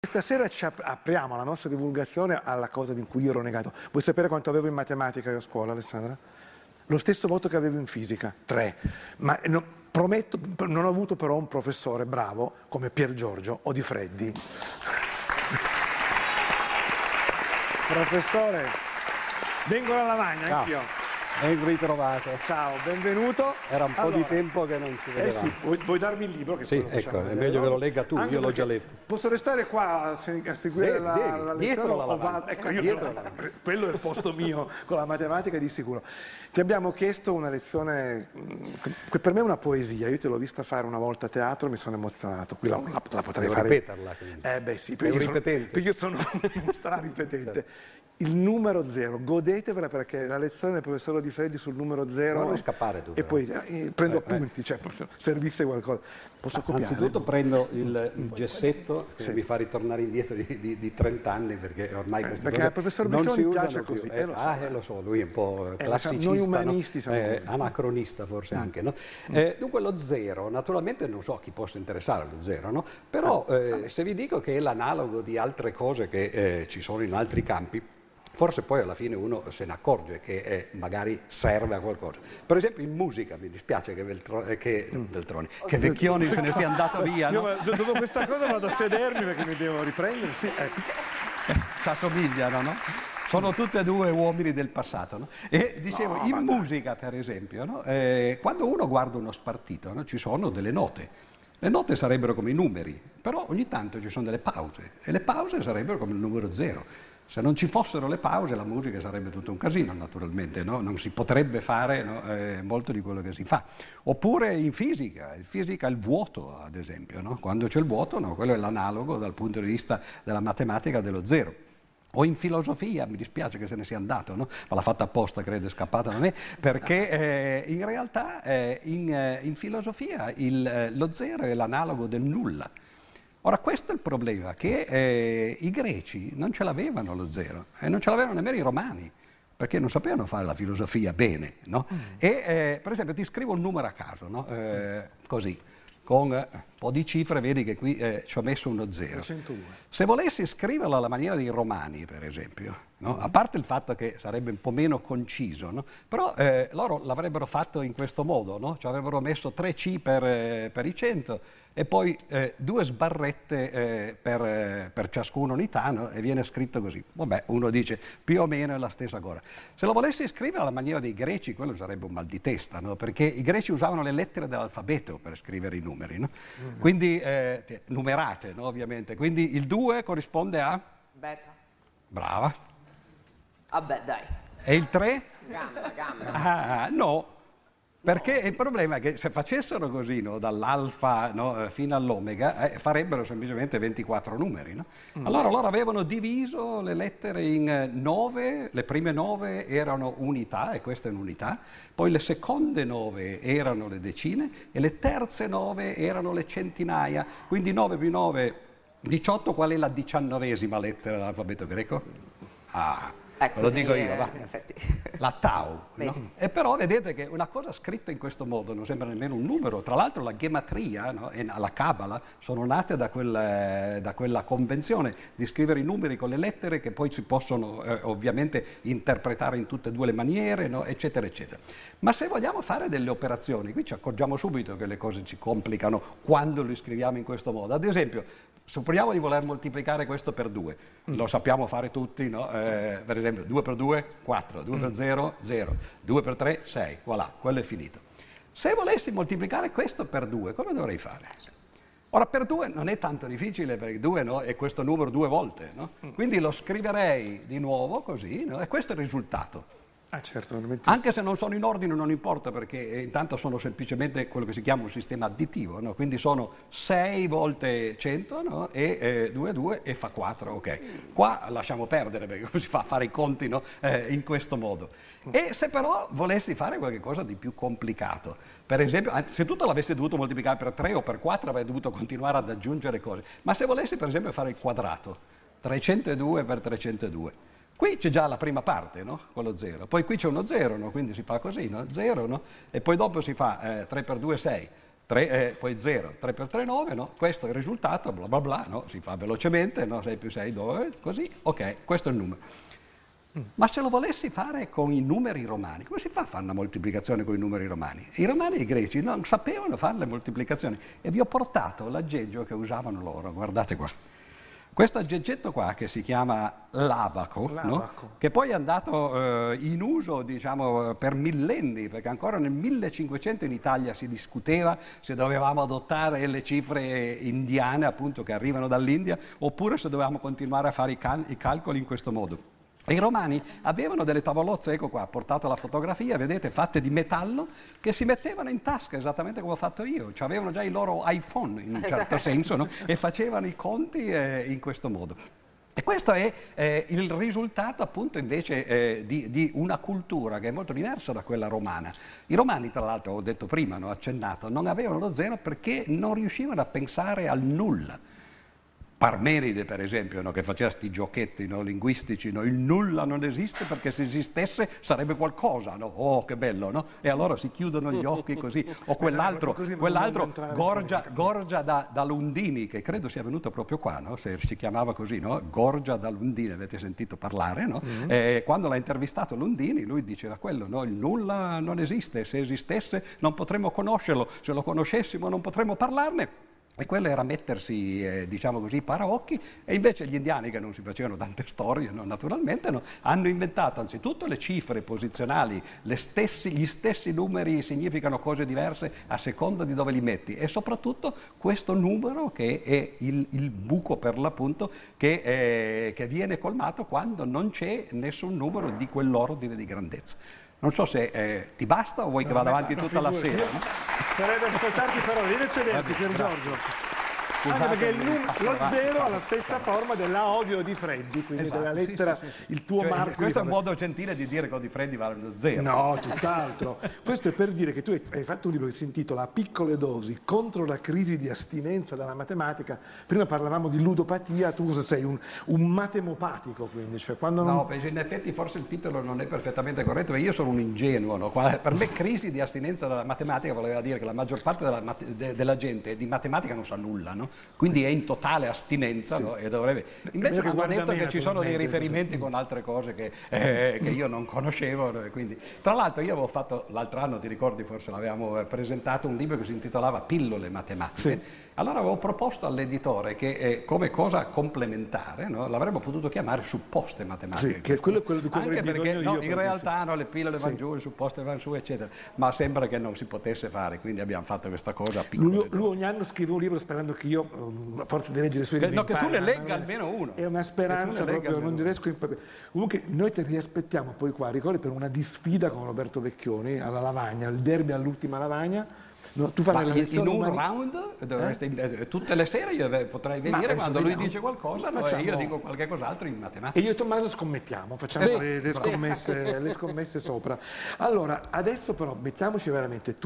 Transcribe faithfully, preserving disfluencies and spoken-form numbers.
Stasera ci ap- apriamo la nostra divulgazione alla cosa in cui io ero negato. Vuoi sapere quanto avevo in matematica io a scuola, Alessandra? Lo stesso voto che avevo in fisica, tre. Ma no, prometto, non ho avuto però un professore bravo come Pier Giorgio o Di Freddi. Professore, vengo alla lavagna anch'io. Ben ritrovato. Ciao, benvenuto. Era un po' allora, di tempo che non ci vedevamo. Eh sì, vuoi, vuoi darmi il libro? Che Sì, poi lo ecco, è vedere meglio dopo? che lo legga tu, Anche io l'ho già perché letto. Posso restare qua a, se- a seguire Devi, la, devi, la dietro lezione la o lavagna. vado? Ecco, io Dietro. quello è il posto mio con la matematica di sicuro. Ti abbiamo chiesto una lezione mh, che per me è una poesia. Io te l'ho vista fare una volta a teatro, mi sono emozionato. Qui la, la, la potrei Devo fare. ripeterla, quindi. Eh beh sì, È perché un io sono, ripetente. perché io sono uno straripetente. Il numero zero, godetevela perché la lezione del professore Di Freddi sul numero zero. Non vuoi scappare tu, E però. poi eh, prendo Eh, eh. appunti, cioè servisse qualcosa. Posso copiare? Anzitutto prendo il, il gessetto che Sì. mi fa ritornare indietro di, di, di trenta anni, perché ormai queste perché cose al professor non Biccioni si usano piace più. così, Eh, eh, lo so. ah, eh, lo so, lui è un po' Eh, classicista, noi no? umanisti siamo Eh, così. anacronista forse anche, no? Eh, dunque lo zero, naturalmente non so a chi possa interessare lo zero, no? Però eh, se vi dico che è l'analogo di altre cose che eh, ci sono in altri campi, forse poi alla fine uno se ne accorge che eh, magari serve a qualcosa. Per esempio in musica, mi dispjace che, Veltro, eh, che, mm. Veltroni, che Vecchioni se ne sia andato via. Io No? ma- dopo questa cosa vado a sedermi perché mi devo riprendere. Sì, ecco. Ci assomigliano, no? Sono tutti e due uomini del passato, no? E dicevo, No, in ma dai. musica per esempio, no? eh, quando uno guarda uno spartito, no? Ci sono delle note. Le note sarebbero come i numeri, però ogni tanto ci sono delle pause e le pause sarebbero come il numero zero. Se non ci fossero le pause la musica sarebbe tutto un casino naturalmente, no? Non si potrebbe fare, no? eh, molto di quello che si fa. Oppure in fisica, in fisica il vuoto ad esempio, no? Quando c'è il vuoto, no? Quello è l'analogo dal punto di vista della matematica dello zero. O in filosofia, mi dispiace che se ne sia andato, no? Ma l'ha fatta apposta, credo, è scappata da me, perché eh, in realtà eh, in, eh, in filosofia il, eh, lo zero è l'analogo del nulla. Ora questo è il problema, che eh, i greci non ce l'avevano lo zero e non ce l'avevano nemmeno i romani, perché non sapevano fare la filosofia bene, no? Mm. E eh, per esempio ti scrivo un numero a caso, no? eh, così, con eh, un po' di cifre, vedi che qui eh, ci ho messo uno zero. trecentodue. Se volessi scriverlo alla maniera dei romani, per esempio, no? A parte il fatto che sarebbe un po' meno conciso, no? Però eh, loro l'avrebbero fatto in questo modo, no? Ci avrebbero messo tre C per, eh, per i cento e poi eh, due sbarrette eh, per, eh, per ciascuna unità, no? E viene scritto così. Vabbè, uno dice più o meno è la stessa cosa. Se lo volessi scrivere alla maniera dei greci, quello sarebbe un mal di testa, no? Perché i greci usavano le lettere dell'alfabeto per scrivere i numeri, no? Mm-hmm. Quindi, eh, numerate, no? Ovviamente. Quindi il due corrisponde a? Beta. Brava. Vabbè, dai. E il tre? Gamma, gamma. Ah, no. Perché il problema è che se facessero così, no, dall'alfa, no, fino all'omega, eh, farebbero semplicemente ventiquattro numeri. No? Mm. Allora loro avevano diviso le lettere in nove, le prime nove erano unità, e questa è un'unità, poi le seconde nove erano le decine e le terze nove erano le centinaia, quindi nove più nove, diciotto, qual è la diciannovesima lettera dell'alfabeto greco? Ah, ecco, ve lo sì, dico io, eh, va. sì, in effetti. La tau, no? E però vedete che una cosa scritta in questo modo non sembra nemmeno un numero. Tra l'altro la gematria, no, e la cabala sono nate da, quel, da quella convenzione di scrivere i numeri con le lettere che poi si possono eh, ovviamente interpretare in tutte e due le maniere, no, eccetera eccetera. Ma se vogliamo fare delle operazioni, qui ci accorgiamo subito che le cose ci complicano quando le scriviamo in questo modo. Ad esempio, supponiamo di voler moltiplicare questo per due, lo sappiamo fare tutti, no? Eh, per esempio due per due, quattro, due per zero, zero, due per tre, sei, voilà, quello è finito. Se volessi moltiplicare questo per due, come dovrei fare? Ora per due non è tanto difficile perché due, no, è questo numero due volte, no? Quindi lo scriverei di nuovo così, no? E questo è il risultato. Ah, certo, Anche se non sono in ordine non importa perché eh, intanto sono semplicemente quello che si chiama un sistema additivo, no? Quindi sono sei volte cento, no? E eh, due, due e fa quattro, ok. Qua lasciamo perdere perché come si fa a fare i conti, no? eh, in questo modo. E se però volessi fare qualcosa di più complicato, per esempio, se tutto l'avessi dovuto moltiplicare per tre o per quattro avrei dovuto continuare ad aggiungere cose, ma se volessi per esempio fare il quadrato, trecentodue per trecentodue, qui c'è già la prima parte, no? Con lo zero, poi qui c'è uno zero, no? Quindi si fa così, no? zero, no? E poi dopo si fa eh, tre per due, sei, tre, eh, poi zero, tre per tre, nove, no? Questo è il risultato, bla bla bla, no? Si fa velocemente, no? sei più sei, due, così, ok, questo è il numero. Ma se lo volessi fare con i numeri romani, come si fa a fare una moltiplicazione con i numeri romani? I romani e i greci non sapevano fare le moltiplicazioni e vi ho portato l'aggeggio che usavano loro, guardate qua. Questo aggeggetto qua che si chiama l'abaco, no? Che poi è andato eh, in uso diciamo, per millenni, perché ancora nel millecinquecento in Italia si discuteva se dovevamo adottare le cifre indiane appunto che arrivano dall'India oppure se dovevamo continuare a fare i, cal- i calcoli in questo modo. I romani avevano delle tavolozze, ecco qua, portato la fotografia, vedete, fatte di metallo, che si mettevano in tasca esattamente come ho fatto io, cioè avevano già i loro iPhone in un certo senso, no? E facevano i conti eh, in questo modo. E questo è eh, il risultato appunto invece eh, di, di una cultura che è molto diversa da quella romana. I romani, tra l'altro, ho detto prima, no, accennato, non avevano lo zero perché non riuscivano a pensare al nulla. Parmenide, per esempio, no, che faceva sti giochetti no, linguistici, no, il nulla non esiste perché se esistesse sarebbe qualcosa, no? Oh, che bello, no? E allora si chiudono gli occhi così. O quell'altro, quell'altro Gorgia, Gorgia da, da Lundini, che credo sia venuto proprio qua, no? Se si chiamava così, no? Gorgia da Lundini, avete sentito parlare, no? Mm-hmm. E quando l'ha intervistato Lundini, lui diceva quello, no? Il nulla non esiste, se esistesse non potremmo conoscerlo, se lo conoscessimo non potremmo parlarne. E quello era mettersi, eh, diciamo così, paraocchi, e invece gli indiani, che non si facevano tante storie, no, naturalmente, no, hanno inventato anzitutto le cifre posizionali, le stessi, gli stessi numeri significano cose diverse a seconda di dove li metti, e soprattutto questo numero che è il, il buco per l'appunto che, eh, che viene colmato quando non c'è nessun numero di quell'ordine di grandezza. Non so se eh, ti basta o vuoi no, che vada avanti tutta la sera. No? Sarebbe ascoltarti però, vieni a sederti Pier Giorgio. Anche perché il num- lo zero ha la stessa forma della odio di Freddi, quindi esatto, della lettera, sì, sì, sì. Il tuo cioè, marco. Questo è un modo gentile di dire che Odi Freddi vale lo zero. No, tutt'altro. Questo è per dire che tu hai fatto un libro che si intitola A piccole dosi contro la crisi di astinenza dalla matematica. Prima parlavamo di ludopatia, tu sei un, un matemopatico, quindi. Cioè, quando non... No, perché in effetti forse il titolo non è perfettamente corretto, perché io sono un ingenuo. No? Per me crisi di astinenza dalla matematica voleva dire che la maggior parte della, de, della gente di matematica non sa nulla, no? Quindi è in totale astinenza, sì. No? E dovrebbe... Invece mi hanno detto che ci sono dei riferimenti con altre cose che, eh, che io non conoscevo. No? Quindi... Tra l'altro io avevo fatto, l'altro anno, ti ricordi, forse l'avevamo presentato, un libro che si intitolava Pillole matematiche. Sì. Allora avevo proposto all'editore che eh, come cosa complementare, no? L'avremmo potuto chiamare supposte matematiche. Sì, che quello è quello di cui anche avrei perché bisogno no, io. In realtà sì. no, le pillole sì. vanno giù, le supposte vanno su, eccetera. Ma sembra che non si potesse fare, quindi abbiamo fatto questa cosa piccola. Lui, lui ogni anno scrive un libro sperando che io, a forza di leggere i suoi libri, no, che tu ne legga è, almeno uno. È una speranza proprio, non riesco in... Comunque noi ti riaspettiamo poi qua, ricordi, per una disfida con Roberto Vecchioni alla Lavagna, il derby all'ultima Lavagna. No, tu fai la in un umani... round dovresti, eh? tutte le sere io potrei venire quando lui vediamo. dice qualcosa no, e io dico qualche cos'altro in matematica. E io e Tommaso scommettiamo, facciamo sì. le, le, scommesse, le scommesse sopra. Allora, adesso però mettiamoci veramente